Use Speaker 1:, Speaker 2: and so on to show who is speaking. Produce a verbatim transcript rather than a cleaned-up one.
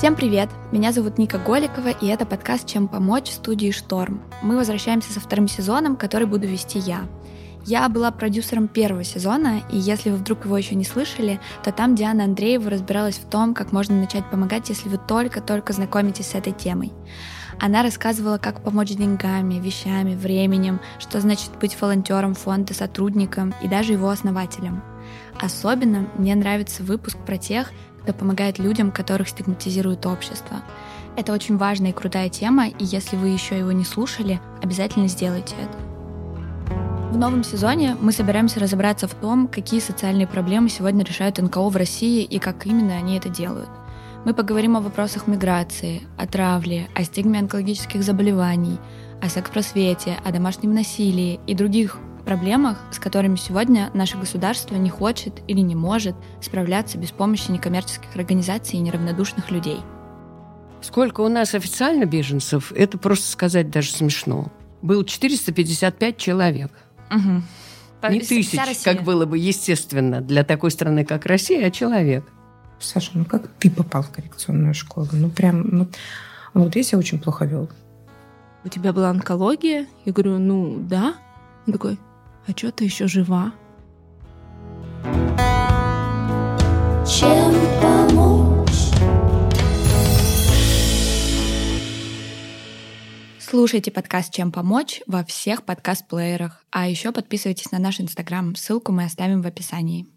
Speaker 1: Всем привет! Меня зовут Ника Голикова, и это подкаст «Чем помочь» в студии «Шторм». Мы возвращаемся со вторым сезоном, который буду вести я. Я была продюсером первого сезона, и если вы вдруг его еще не слышали, то там Диана Андреева разбиралась в том, как можно начать помогать, если вы только-только знакомитесь с этой темой. Она рассказывала, как помочь деньгами, вещами, временем, что значит быть волонтером фонда, сотрудником и даже его основателем. Особенно мне нравится выпуск про тех, кто помогает людям, которых стигматизирует общество. Это очень важная и крутая тема, и если вы еще его не слушали, обязательно сделайте это. В новом сезоне мы собираемся разобраться в том, какие социальные проблемы сегодня решают эн ка о в России и как именно они это делают. Мы поговорим о вопросах миграции, о травле, о стигме онкологических заболеваний, о секс-просвете, о домашнем насилии и других проблемах, с которыми сегодня наше государство не хочет или не может справляться без помощи некоммерческих организаций и неравнодушных людей.
Speaker 2: Сколько у нас официально беженцев, это просто сказать даже смешно. Было четыреста пятьдесят пять человек.
Speaker 1: Угу.
Speaker 2: Не тысяч, как было бы естественно для такой страны, как Россия, а человек.
Speaker 3: Саша, ну как ты попал в коррекционную школу? Ну прям, ну, вот я себя очень плохо вел.
Speaker 4: У тебя была онкология? Я говорю, ну да. Он такой, а что ты еще жива?
Speaker 5: Чем помочь?
Speaker 1: Слушайте подкаст «Чем помочь» во всех подкаст-плеерах. А еще подписывайтесь на наш Инстаграм. Ссылку мы оставим в описании.